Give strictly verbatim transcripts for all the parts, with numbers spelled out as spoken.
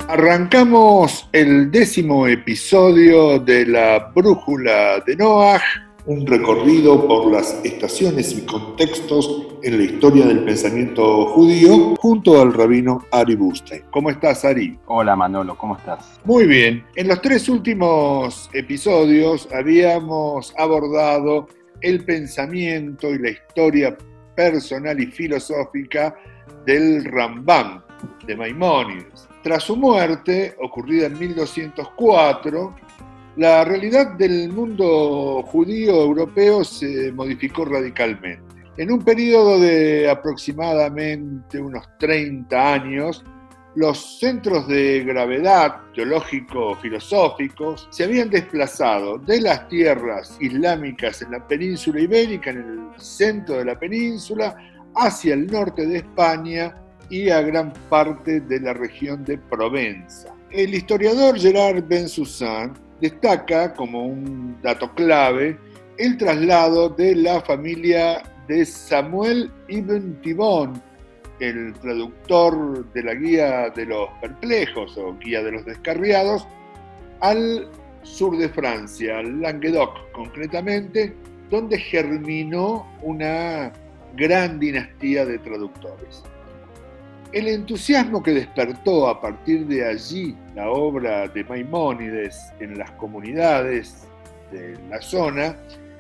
Arrancamos el décimo episodio de la Brújula de Noaj, un recorrido por las estaciones y contextos en la historia del pensamiento judío, junto al rabino Ari Burstein. ¿Cómo estás, Ari? Hola, Manolo, ¿cómo estás? Muy bien. En los tres últimos episodios habíamos abordado el pensamiento y la historia personal y filosófica del Rambam, de Maimónides. Tras su muerte, ocurrida en mil doscientos cuatro, la realidad del mundo judío europeo se modificó radicalmente. En un periodo de aproximadamente unos treinta años, los centros de gravedad teológico-filosóficos se habían desplazado de las tierras islámicas en la península ibérica, en el centro de la península, hacia el norte de España y a gran parte de la región de Provenza. El historiador Gerard Ben-Susan destaca como un dato clave el traslado de la familia de Samuel ibn Tibón, el traductor de la Guía de los Perplejos o Guía de los Descarriados, al sur de Francia, al Languedoc concretamente, donde germinó una gran dinastía de traductores. El entusiasmo que despertó a partir de allí la obra de Maimónides en las comunidades de la zona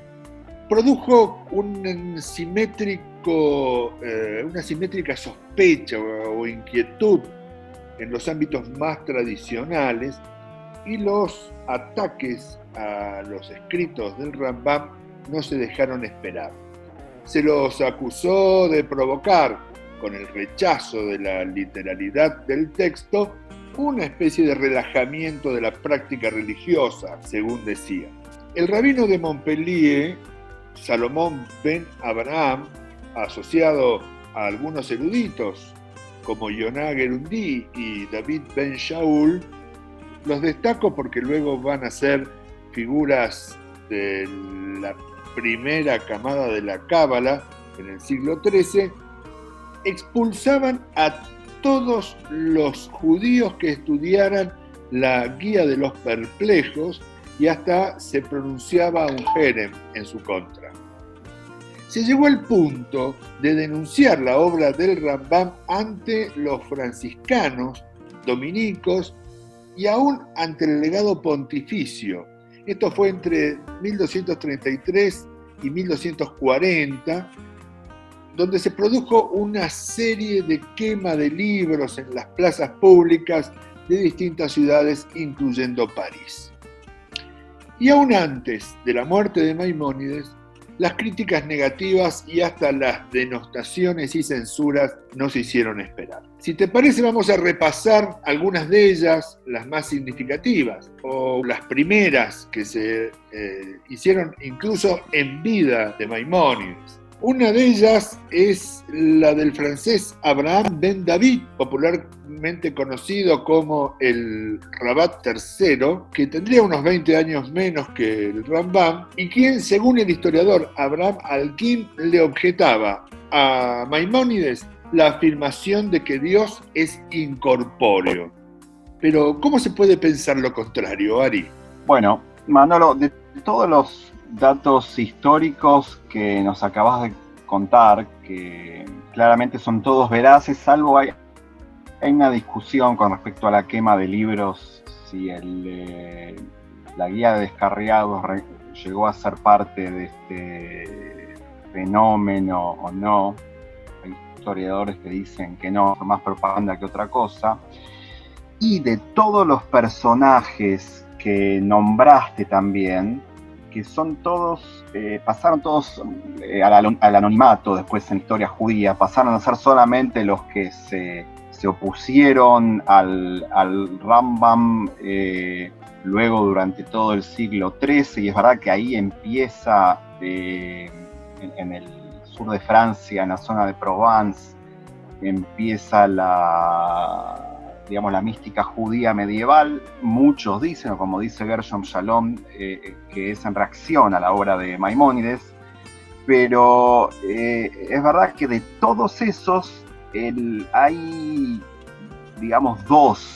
produjo un simétrico, eh, una simétrica sospecha o, o inquietud en los ámbitos más tradicionales, y los ataques a los escritos del Rambam no se dejaron esperar. Se los acusó de provocar, con el rechazo de la literalidad del texto, una especie de relajamiento de la práctica religiosa, según decía. El rabino de Montpellier, Salomón ben Abraham, asociado a algunos eruditos como Yonah Gerundi y David ben Shaul, los destaco porque luego van a ser figuras de la primera camada de la Cábala en el siglo trece, expulsaban a todos los judíos que estudiaran la Guía de los Perplejos y hasta se pronunciaba un jerem en su contra. Se llegó al punto de denunciar la obra del Rambam ante los franciscanos, dominicos y aún ante el legado pontificio. Esto fue entre mil doscientos treinta y tres y mil doscientos cuarenta, donde se produjo una serie de quema de libros en las plazas públicas de distintas ciudades, incluyendo París. Y aún antes de la muerte de Maimónides, las críticas negativas y hasta las denostaciones y censuras no se hicieron esperar. Si te parece, vamos a repasar algunas de ellas, las más significativas, o las primeras que se eh, hicieron incluso en vida de Maimónides. Una de ellas es la del francés Abraham ben David, popularmente conocido como el Rabat tercero, que tendría unos veinte años menos que el Rambam, y quien, según el historiador Abraham Alkim, le objetaba a Maimónides la afirmación de que Dios es incorpóreo. Pero, ¿cómo se puede pensar lo contrario, Ari? Bueno, Manolo, de todos los datos históricos que nos acabas de contar, que claramente son todos veraces, salvo hay, hay una discusión con respecto a la quema de libros, si el, eh, la Guía de Descarriados re, llegó a ser parte de este fenómeno o no. Hay historiadores que dicen que no, fue más propaganda que otra cosa. Y de todos los personajes que nombraste también, que son todos, eh, pasaron todos eh, al, al anonimato después en la historia judía, pasaron a ser solamente los que se, se opusieron al, al Rambam eh, luego durante todo el siglo trece, y es verdad que ahí empieza eh, en, en el sur de Francia, en la zona de Provence, empieza la... digamos, la mística judía medieval. Muchos dicen, o como dice Gershom Shalom, eh, que es en reacción a la obra de Maimónides, pero eh, es verdad que de todos esos el, hay, digamos, dos que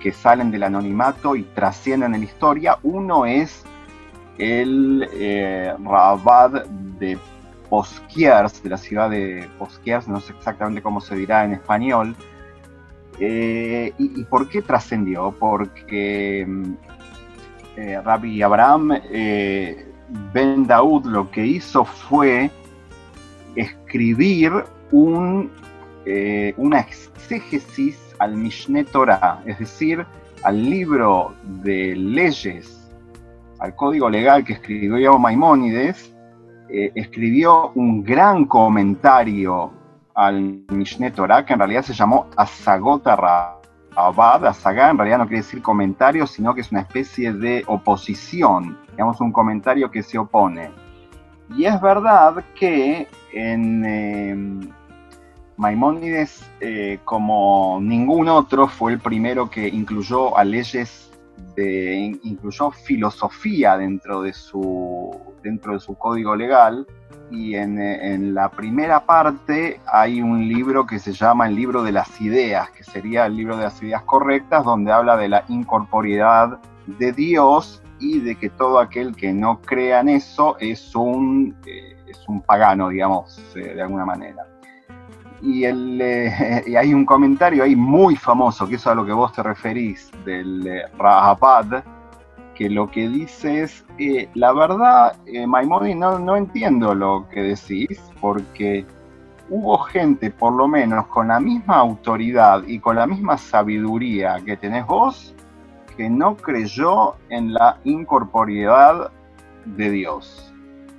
que salen del anonimato y trascienden en la historia. Uno es el eh, Rahabad de Poskiers, de la ciudad de Poskiers, no sé exactamente cómo se dirá en español. Eh, y, ¿Y por qué trascendió? Porque eh, Rabbi Abraham eh, Ben Daud lo que hizo fue escribir un, eh, una exégesis al Mishneh Torah, es decir, al libro de leyes, al código legal que escribió Maimónides. Eh, escribió un gran comentario al Mishneh Torah, que en realidad se llamó Asagot Rahabad. Asagá en realidad no quiere decir comentario, sino que es una especie de oposición, digamos, un comentario que se opone. Y es verdad que en eh, Maimónides, eh, como ningún otro, fue el primero que incluyó a leyes, de, incluyó filosofía dentro de su, dentro de su código legal. Y en, en la primera parte hay un libro que se llama el libro de las ideas, que sería el libro de las ideas correctas, donde habla de la incorporeidad de Dios y de que todo aquel que no crea en eso es un, eh, es un pagano, digamos, eh, de alguna manera. Y, el, eh, y hay un comentario ahí muy famoso, que es a lo que vos te referís, del eh, Rahabad, que lo que dice es, eh, la verdad, eh, Maimónides, no, no entiendo lo que decís, porque hubo gente, por lo menos, con la misma autoridad y con la misma sabiduría que tenés vos, que no creyó en la incorporeidad de Dios.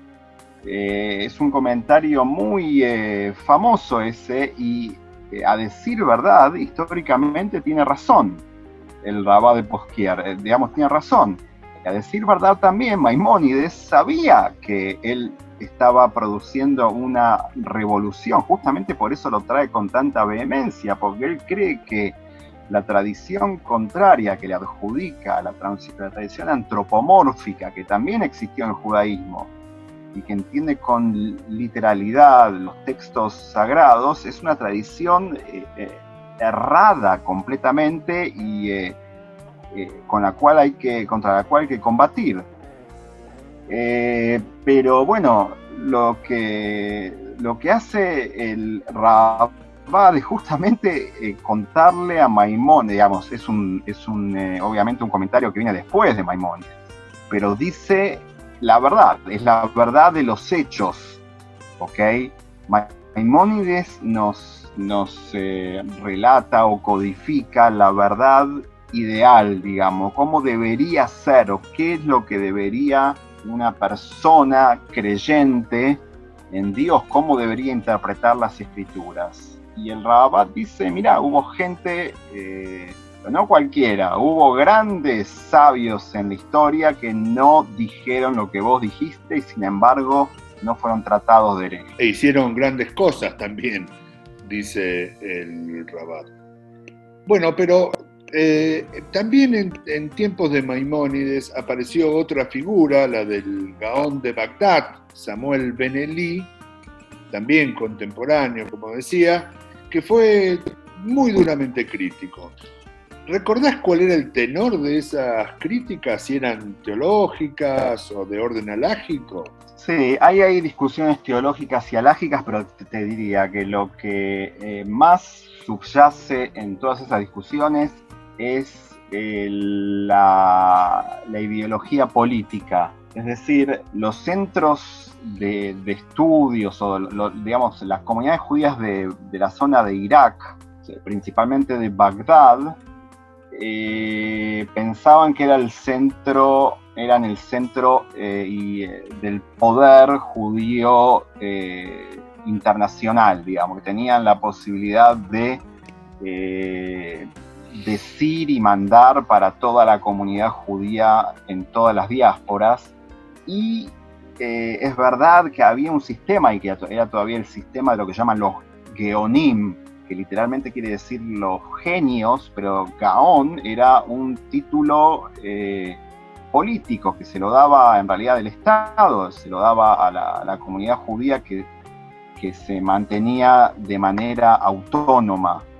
Eh, es un comentario muy eh, famoso ese, y eh, a decir verdad, históricamente tiene razón el Rahabad de Poskier, eh, digamos, tiene razón. Y a decir verdad también, Maimónides sabía que él estaba produciendo una revolución, justamente por eso lo trae con tanta vehemencia, porque él cree que la tradición contraria que le adjudica a la, la tradición antropomórfica que también existió en el judaísmo y que entiende con literalidad los textos sagrados, es una tradición eh, eh, errada completamente y eh, eh, con la cual hay que, contra la cual hay que combatir. Eh, pero bueno, lo que, lo que hace el Rahabad es justamente eh, contarle a Maimónides, digamos, es, un, es un, eh, obviamente un comentario que viene después de Maimónides, pero dice la verdad, es la verdad de los hechos, ¿ok? Maimónides nos, nos eh, relata o codifica la verdad ideal, digamos, cómo debería ser o qué es lo que debería una persona creyente en Dios, cómo debería interpretar las escrituras. Y el Rahabad dice, mira, hubo gente, eh, no cualquiera, hubo grandes sabios en la historia que no dijeron lo que vos dijiste y sin embargo no fueron tratados de herejes. E hicieron grandes cosas también, dice el Rahabad. Bueno, pero eh, también en, en tiempos de Maimónides apareció otra figura, la del Gaón de Bagdad, Samuel Ben Eli, también contemporáneo, como decía, que fue muy duramente crítico. ¿Recordás cuál era el tenor de esas críticas? ¿Si eran teológicas o de orden alágico? Sí, hay, hay discusiones teológicas y alágicas, pero te, te diría que lo que eh, más subyace en todas esas discusiones es eh, la, la ideología política. Es decir, los centros de, de estudios o, lo, digamos, las comunidades judías de, de la zona de Irak, principalmente de Bagdad, Eh, pensaban que era el centro, eran el centro eh, y, eh, del poder judío eh, internacional, digamos, que tenían la posibilidad de eh, decir y mandar para toda la comunidad judía en todas las diásporas. Y eh, es verdad que había un sistema, y que era todavía el sistema de lo que llaman los Geonim, que literalmente quiere decir los genios, pero Gaón era un título eh, político que se lo daba en realidad del Estado, se lo daba a la, a la comunidad judía que, que se mantenía de manera autónoma.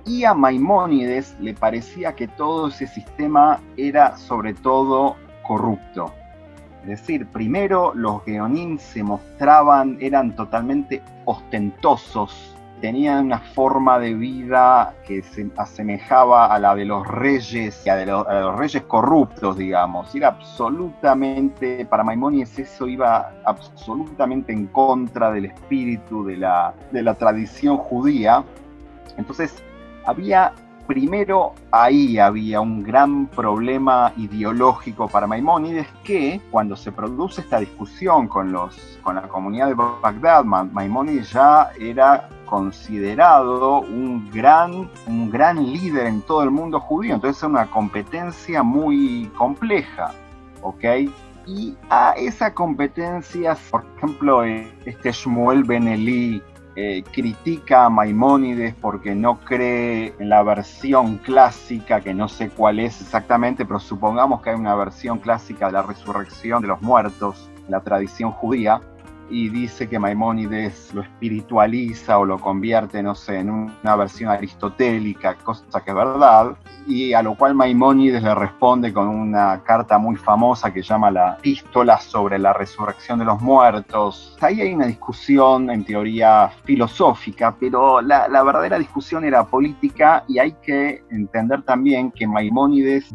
y a Maimónides le parecía que todo ese sistema era sobre todo corrupto. Es decir, primero los Geonim se mostraban, eran totalmente ostentosos, tenían una forma de vida que se asemejaba a la de los reyes, a, de los, a los reyes corruptos, digamos. Era absolutamente, para Maimónides eso iba absolutamente en contra del espíritu de la, de la tradición judía. Entonces, había, primero ahí había un gran problema ideológico para Maimónides, que cuando se produce esta discusión con, los, con la comunidad de Bagdad, Maimónides ya era considerado un gran, un gran líder en todo el mundo judío, entonces es una competencia muy compleja, ¿ok? Y a esa competencia, por ejemplo, este Shmuel Ben Eli eh, critica a Maimónides porque no cree en la versión clásica, que no sé cuál es exactamente, pero supongamos que hay una versión clásica de la resurrección de los muertos, en la tradición judía, y dice que Maimónides lo espiritualiza o lo convierte, no sé, en una versión aristotélica, cosa que es verdad, y a lo cual Maimónides le responde con una carta muy famosa que llama la Epístola sobre la resurrección de los muertos. Ahí hay una discusión en teoría filosófica, pero la, la verdadera discusión era política, y hay que entender también que Maimónides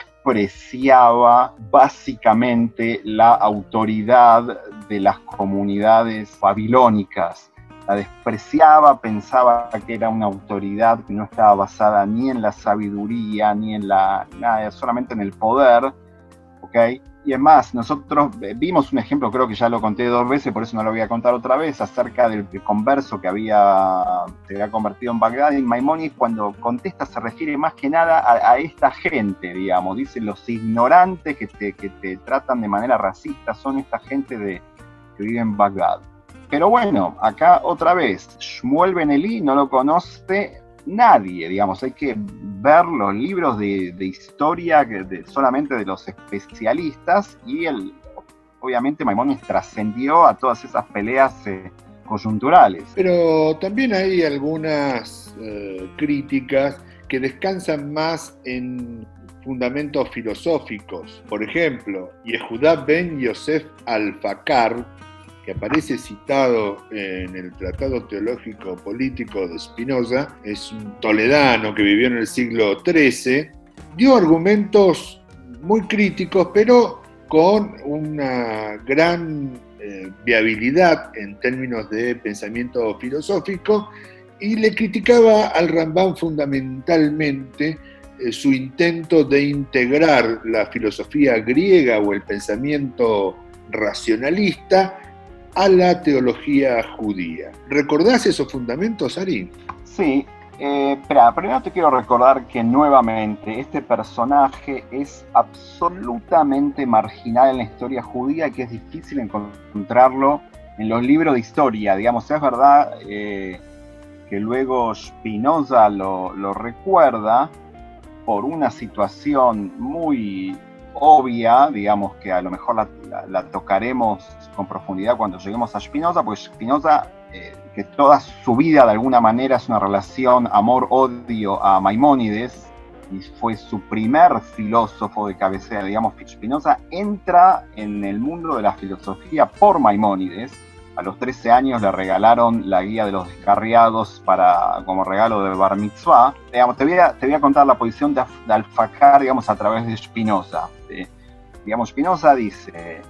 despreciaba básicamente la autoridad de las comunidades babilónicas. La despreciaba, pensaba que era una autoridad que no estaba basada ni en la sabiduría, ni en la, nada, solamente en el poder, ¿ok? Y es más, nosotros vimos un ejemplo, creo que ya lo conté dos veces, por eso no lo voy a contar otra vez, acerca del converso que había, se había convertido en Bagdad. Y Maimónides, cuando contesta, se refiere más que nada a, a esta gente, digamos. Dice, los ignorantes que te, que te tratan de manera racista son esta gente de, que vive en Bagdad. Pero bueno, acá otra vez, Shmuel Ben Eli no lo conoce nadie, digamos. Hay que ver los libros de, de historia de, solamente de los especialistas, y el, obviamente Maimónides trascendió a todas esas peleas eh, coyunturales. Pero también hay algunas eh, críticas que descansan más en fundamentos filosóficos. Por ejemplo, Yehudá ben Yosef al-Fakar, que aparece citado en el Tratado Teológico Político de Spinoza, es un toledano que vivió en el siglo trece, dio argumentos muy críticos, pero con una gran eh, viabilidad en términos de pensamiento filosófico, y le criticaba al Rambam fundamentalmente eh, su intento de integrar la filosofía griega o el pensamiento racionalista a la teología judía. ¿Recordás esos fundamentos, Ari? Sí, eh, pero primero te quiero recordar que nuevamente este personaje es absolutamente marginal en la historia judía, y que es difícil encontrarlo en los libros de historia. Digamos, es verdad eh, que luego Spinoza lo, lo recuerda por una situación muy obvia, digamos, que a lo mejor la, la, la tocaremos con profundidad cuando lleguemos a Spinoza, pues Spinoza, eh, que toda su vida de alguna manera es una relación amor-odio a Maimónides, y fue su primer filósofo de cabecera, digamos. Spinoza entra en el mundo de la filosofía por Maimónides. A los trece años le regalaron la guía de los descarriados para, como regalo de Bar Mitzvah. Digamos, te voy a, te voy a contar la posición de, de al-Fakar, digamos, a través de Spinoza. ¿Sí? Digamos, Spinoza dice,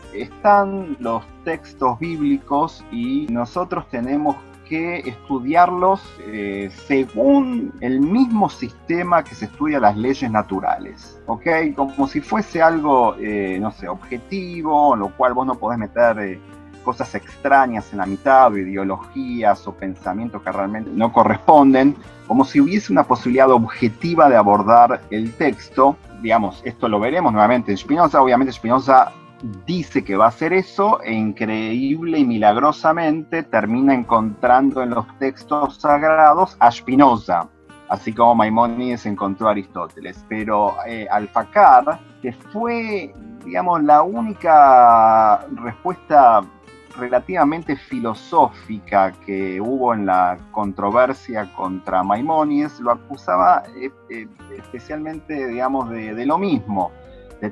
están los textos bíblicos y nosotros tenemos que estudiarlos eh, según el mismo sistema que se estudia las leyes naturales, ¿ok? Como si fuese algo, eh, no sé, objetivo, en lo cual vos no podés meter eh, cosas extrañas en la mitad, o ideologías o pensamientos que realmente no corresponden, como si hubiese una posibilidad objetiva de abordar el texto. Digamos, esto lo veremos nuevamente en Spinoza. Obviamente Spinoza dice que va a hacer eso, e increíble y milagrosamente termina encontrando en los textos sagrados a Spinoza, así como Maimónides encontró a Aristóteles. Pero eh, al-Fakar, que fue, digamos, la única respuesta relativamente filosófica que hubo en la controversia contra Maimónides, lo acusaba eh, eh, especialmente, digamos, de, de lo mismo, de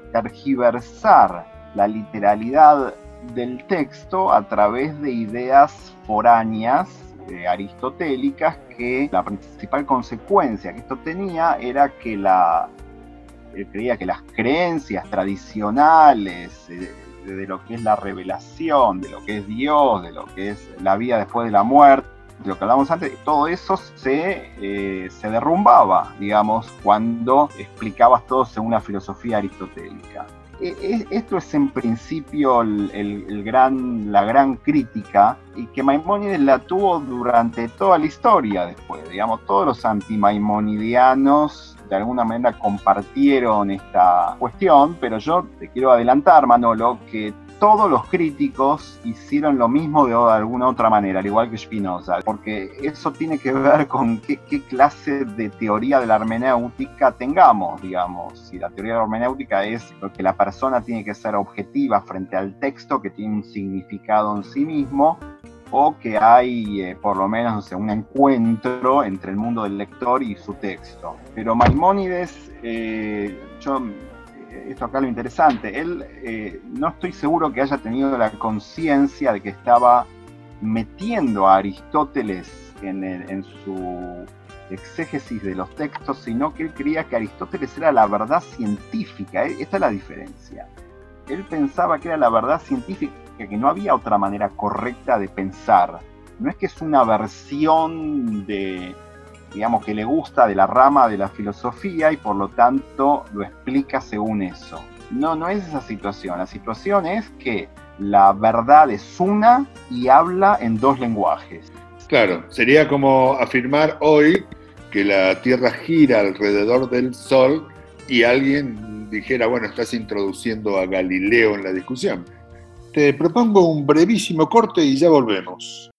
tergiversar la literalidad del texto a través de ideas foráneas, eh, aristotélicas, que la principal consecuencia que esto tenía era que la, él creía que las creencias tradicionales eh, de, de lo que es la revelación, de lo que es Dios, de lo que es la vida después de la muerte, de lo que hablamos antes, todo eso se, eh, se derrumbaba, digamos, cuando explicabas todo según la filosofía aristotélica. Esto es en principio el, el, el gran, la gran crítica, y que Maimónides la tuvo durante toda la historia después. Digamos, todos los antimaimonidianos de alguna manera compartieron esta cuestión, pero yo te quiero adelantar, Manolo, que todos los críticos hicieron lo mismo de alguna otra manera, al igual que Spinoza, porque eso tiene que ver con qué, qué clase de teoría de la hermenéutica tengamos, digamos. Si la teoría de la hermenéutica es lo que la persona tiene que ser objetiva frente al texto, que tiene un significado en sí mismo, o que hay, eh, por lo menos, no sé, un encuentro entre el mundo del lector y su texto. Pero Maimónides, eh, yo... esto acá lo interesante, él eh, no estoy seguro que haya tenido la conciencia de que estaba metiendo a Aristóteles en, el, en su exégesis de los textos, sino que él creía que Aristóteles era la verdad científica. Esta es la diferencia. Él pensaba que era la verdad científica, que no había otra manera correcta de pensar. No es que es una versión de... digamos, que le gusta de la rama de la filosofía y por lo tanto lo explica según eso. No, no es esa situación. La situación es que la verdad es una y habla en dos lenguajes. Claro, sería como afirmar hoy que la Tierra gira alrededor del Sol y alguien dijera, bueno, estás introduciendo a Galileo en la discusión. Te propongo un brevísimo corte y ya volvemos.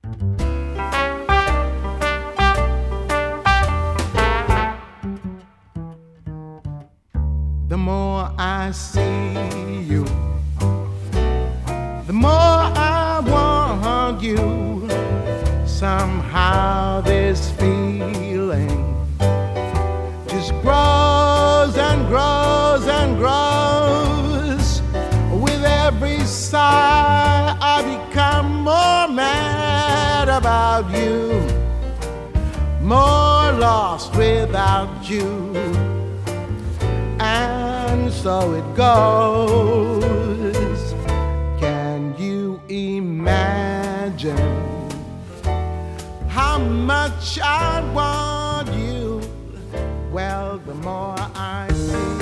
The more I see you, the more I want you. Somehow this feeling just grows and grows and grows. With every sigh I become more mad about you, more lost without you. And so it goes. Can you imagine how much I want you? Well, the more I see.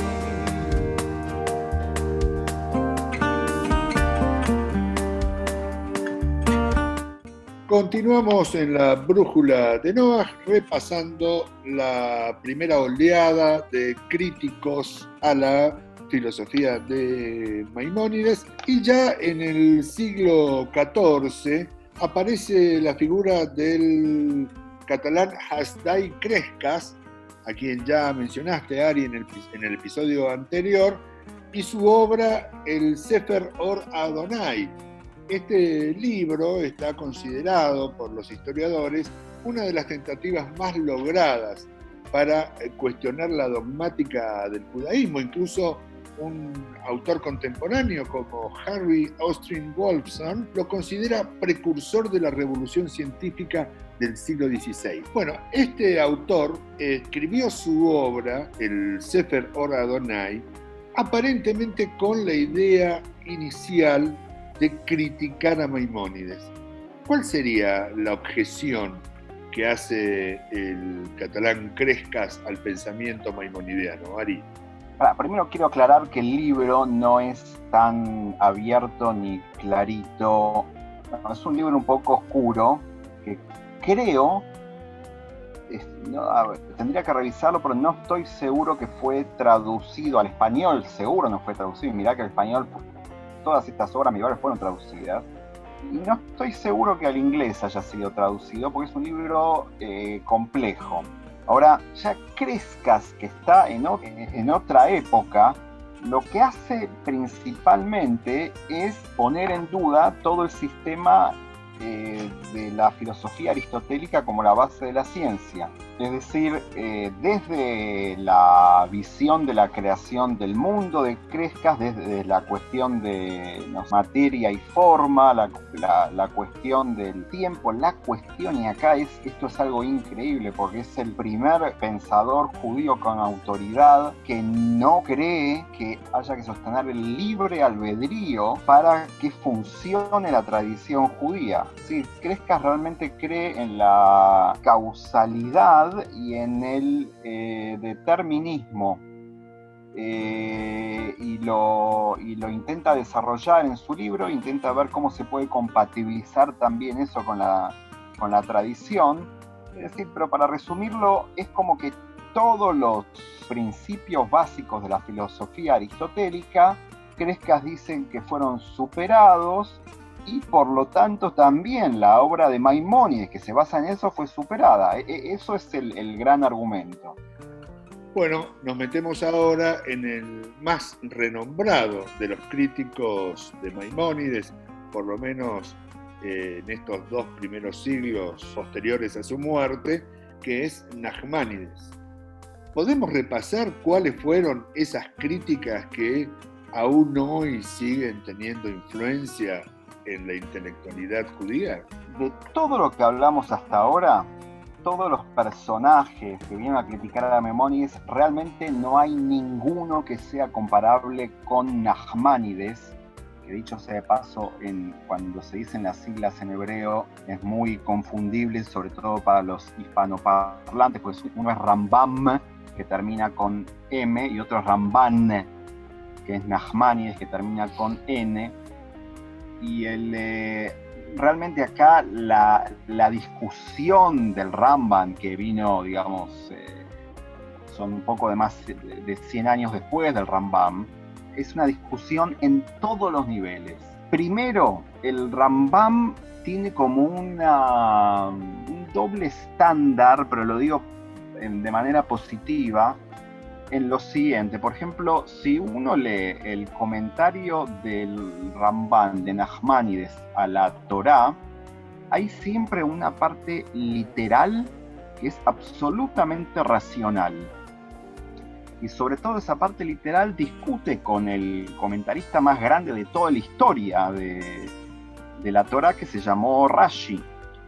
Continuamos en la brújula de Noah, repasando la primera oleada de críticos a la filosofía de Maimónides, y ya en el siglo catorce aparece la figura del catalán Hasdai Crescas, a quien ya mencionaste, Ari, en el, en el episodio anterior, y su obra El Sefer Or Adonai. Este libro está considerado por los historiadores una de las tentativas más logradas para cuestionar la dogmática del judaísmo. Incluso un autor contemporáneo como Harry Austin Wolfson lo considera precursor de la revolución científica del siglo dieciséis. Bueno, este autor escribió su obra, el Sefer Or Adonai, aparentemente con la idea inicial de criticar a Maimónides. ¿Cuál sería la objeción que hace el catalán Crescas al pensamiento maimonideano, Ari? Ahora, primero quiero aclarar que el libro no es tan abierto ni clarito. Es un libro un poco oscuro que creo, es, no, a ver, tendría que revisarlo, pero no estoy seguro que fue traducido al español. Seguro no fue traducido. Mirá que al español todas estas obras medievales fueron traducidas, y no estoy seguro que al inglés haya sido traducido, porque es un libro eh, complejo. Ahora, ya Crescas, que está en, o- en otra época, lo que hace principalmente es poner en duda todo el sistema eh, de la filosofía aristotélica como la base de la ciencia. Es decir, eh, desde la visión de la creación del mundo de Crescas, desde la cuestión de no, materia y forma, la, la, la cuestión del tiempo, la cuestión, y acá es, esto es algo increíble porque es el primer pensador judío con autoridad que no cree que haya que sostener el libre albedrío para que funcione la tradición judía. Sí, Crescas realmente cree en la causalidad y en el eh, determinismo eh, y, lo, y lo intenta desarrollar en su libro, intenta ver cómo se puede compatibilizar también eso con la, con la tradición. Es decir, pero para resumirlo, es como que todos los principios básicos de la filosofía aristotélica, Crescas dicen que fueron superados, y por lo tanto también la obra de Maimónides, que se basa en eso, fue superada. Eso es el, el gran argumento. Bueno, nos metemos ahora en el más renombrado de los críticos de Maimónides, por lo menos eh, en estos dos primeros siglos posteriores a su muerte, que es Nachmanides. ¿Podemos repasar cuáles fueron esas críticas que aún hoy siguen teniendo influencia en la intelectualidad judía? De todo lo que hablamos hasta ahora, todos los personajes que vienen a criticar a Maimónides, realmente no hay ninguno que sea comparable con Nachmanides, que dicho sea de paso, en, cuando se dicen las siglas en hebreo es muy confundible, sobre todo para los hispanoparlantes, pues uno es Rambam, que termina con M, y otro es Ramban, que es Nachmanides, que termina con N. Y el, eh, realmente acá la, la discusión del Ramban, que vino, digamos, eh, son un poco de más de cien años después del Rambam, es una discusión en todos los niveles. Primero, el Rambam tiene como una, un doble estándar, pero lo digo de manera positiva, en lo siguiente. Por ejemplo, si uno lee el comentario del Ramban de Nachmanides a la Torá, hay siempre una parte literal que es absolutamente racional. Y sobre todo esa parte literal discute con el comentarista más grande de toda la historia de, de la Torá, que se llamó Rashi.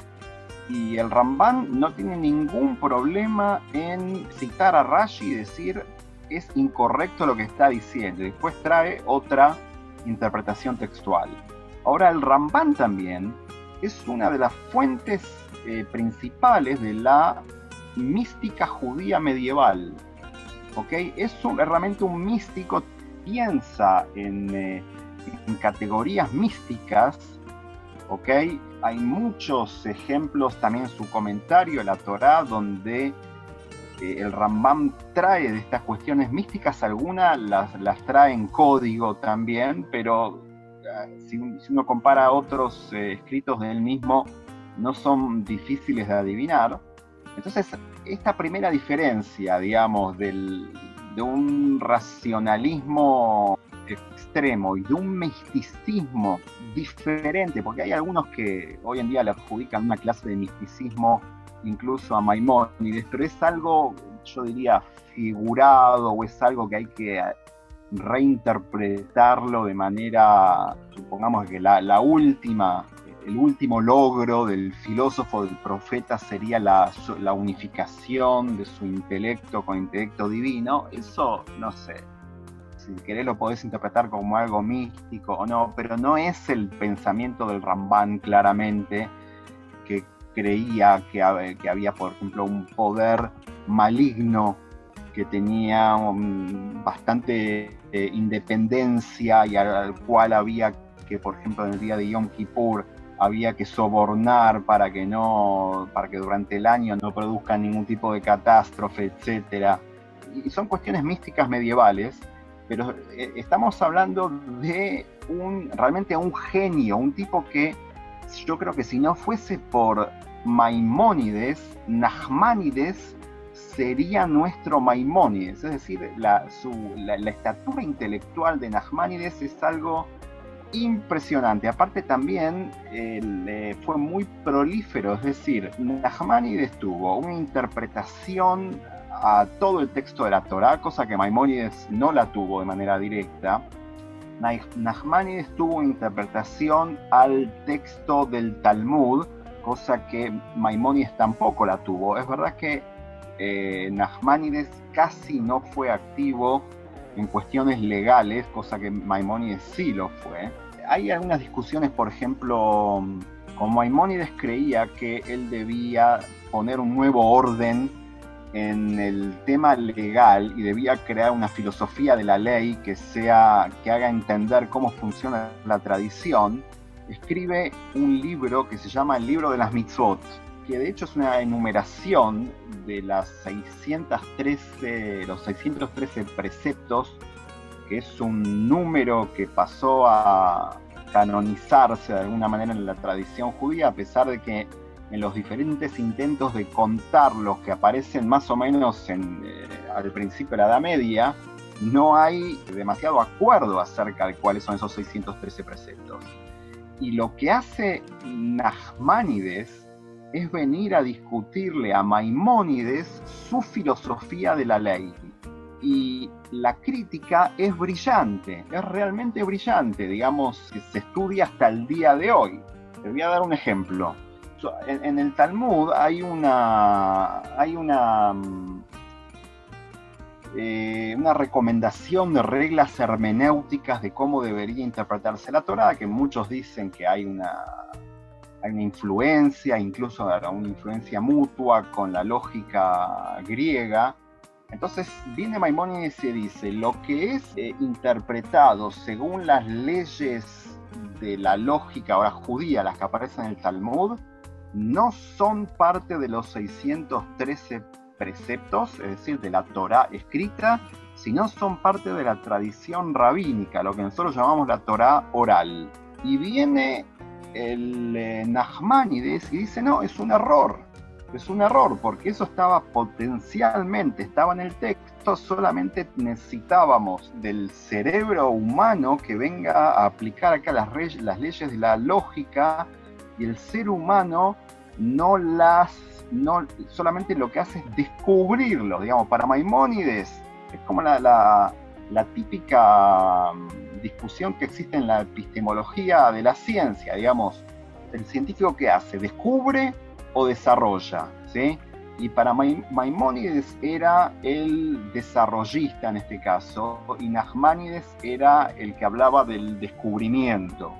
Y el Ramban no tiene ningún problema en citar a Rashi y decir es incorrecto lo que está diciendo. Y después trae otra interpretación textual. Ahora, el Ramban también es una de las fuentes eh, principales de la mística judía medieval. ¿Okay? Es un, realmente un místico, piensa en, eh, en categorías místicas. ¿Okay? Hay muchos ejemplos también en su comentario a la Torá donde eh, el Rambam trae de estas cuestiones místicas, algunas las, las trae en código también, pero eh, si, si uno compara a otros eh, escritos de él mismo, no son difíciles de adivinar. Entonces, esta primera diferencia, digamos, del, de un racionalismo extremo y de un misticismo diferente, porque hay algunos que hoy en día le adjudican una clase de misticismo incluso a Maimónides, pero es algo, yo diría, figurado, o es algo que hay que reinterpretarlo de manera, supongamos que la, la última, el último logro del filósofo, del profeta, sería la, la unificación de su intelecto con intelecto divino. Eso, no sé, si querés lo podés interpretar como algo místico o no, pero no es el pensamiento del Ramban claramente, que creía que, que había, por ejemplo, un poder maligno que tenía um, bastante eh, independencia y al, al cual había que, por ejemplo, en el día de Yom Kippur, había que sobornar para que no, para que durante el año no produzcan ningún tipo de catástrofe, etcétera. Y son cuestiones místicas medievales, pero eh, estamos hablando de un, realmente un genio, un tipo que yo creo que si no fuese por Maimónides, Nachmanides sería nuestro Maimónides. Es decir, la, su, la, la estatura intelectual de Nachmanides es algo impresionante. Aparte también eh, fue muy prolífero, es decir, Nachmanides tuvo una interpretación a todo el texto de la Torá, cosa que Maimónides no la tuvo de manera directa. Nachmanides tuvo una interpretación al texto del Talmud, cosa que Maimónides tampoco la tuvo. Es verdad que eh, Nachmanides casi no fue activo en cuestiones legales, cosa que Maimónides sí lo fue. Hay algunas discusiones, por ejemplo, como Maimónides creía que él debía poner un nuevo orden en el tema legal y debía crear una filosofía de la ley que, sea, que haga entender cómo funciona la tradición, escribe un libro que se llama el Libro de las Mitzvot, que de hecho es una enumeración de las seiscientos trece, los seiscientos trece preceptos, que es un número que pasó a canonizarse de alguna manera en la tradición judía, a pesar de que en los diferentes intentos de contarlos que aparecen más o menos en, eh, al principio de la Edad Media, no hay demasiado acuerdo acerca de cuáles son esos seiscientos trece preceptos. Y lo que hace Nachmanides es venir a discutirle a Maimónides su filosofía de la ley. Y la crítica es brillante, es realmente brillante, digamos, que se estudia hasta el día de hoy. Te voy a dar un ejemplo. En, en el Talmud hay una, hay una, eh, una recomendación de reglas hermenéuticas de cómo debería interpretarse la Torá, que muchos dicen que hay una, hay una influencia, incluso una influencia mutua con la lógica griega. Entonces viene Maimónides y dice, lo que es eh, interpretado según las leyes de la lógica ahora judía, las que aparecen en el Talmud, no son parte de los seiscientos trece preceptos, es decir, de la Torá escrita, sino son parte de la tradición rabínica, lo que nosotros llamamos la Torá oral. Y viene el eh, Nachmanides y dice, no, es un error, es un error, porque eso estaba potencialmente, estaba en el texto, solamente necesitábamos del cerebro humano que venga a aplicar acá las, re- las leyes de la lógica, y el ser humano no las, no, solamente lo que hace es descubrirlo, digamos, para Maimónides es como la, la, la típica discusión que existe en la epistemología de la ciencia, digamos, el científico ¿qué hace? ¿Descubre o desarrolla? ¿Sí? Y para Maimónides era el desarrollista en este caso, y Nachmanides era el que hablaba del descubrimiento.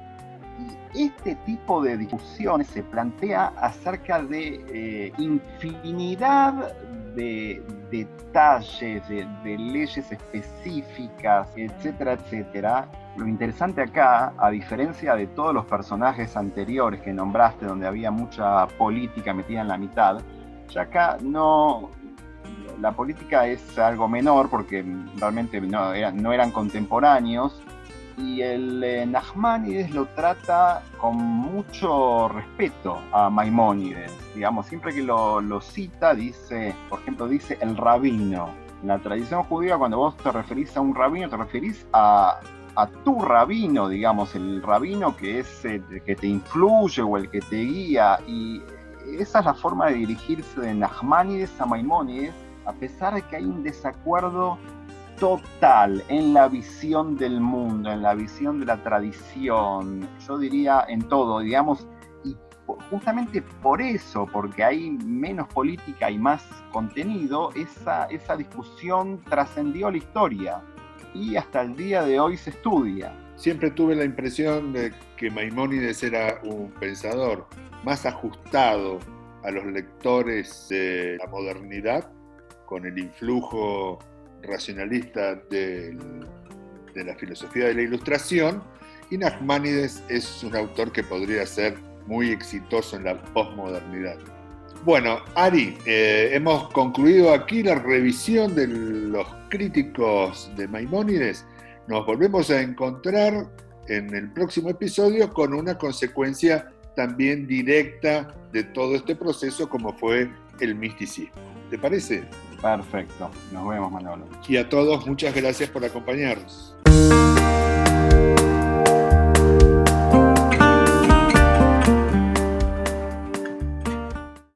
Y este tipo de discusiones se plantea acerca de eh, infinidad de detalles, de, de leyes específicas, etcétera, etcétera. Lo interesante acá, a diferencia de todos los personajes anteriores que nombraste, donde había mucha política metida en la mitad, ya acá no, la política es algo menor porque realmente no, era, no eran contemporáneos, y el eh, Nachmanides lo trata con mucho respeto a Maimónides. Digamos, siempre que lo, lo cita, dice, por ejemplo, dice el rabino. En la tradición judía, cuando vos te referís a un rabino, te referís a, a tu rabino, digamos, el rabino que es el que te influye o el que te guía. Y esa es la forma de dirigirse de Nachmanides a Maimónides, a pesar de que hay un desacuerdo total en la visión del mundo, en la visión de la tradición, yo diría en todo, digamos, y justamente por eso, porque hay menos política y más contenido, esa, esa discusión trascendió la historia y hasta el día de hoy se estudia. Siempre tuve la impresión de que Maimónides era un pensador más ajustado a los lectores de la modernidad, con el influjo racionalista de, de la filosofía de la Ilustración, y Nachmanides es un autor que podría ser muy exitoso en la posmodernidad. Bueno, Ari, eh, hemos concluido aquí la revisión de los críticos de Maimónides. Nos volvemos a encontrar en el próximo episodio con una consecuencia también directa de todo este proceso, como fue el misticismo. ¿Te parece? Perfecto, nos vemos, Manolo. Y a todos, muchas gracias por acompañarnos.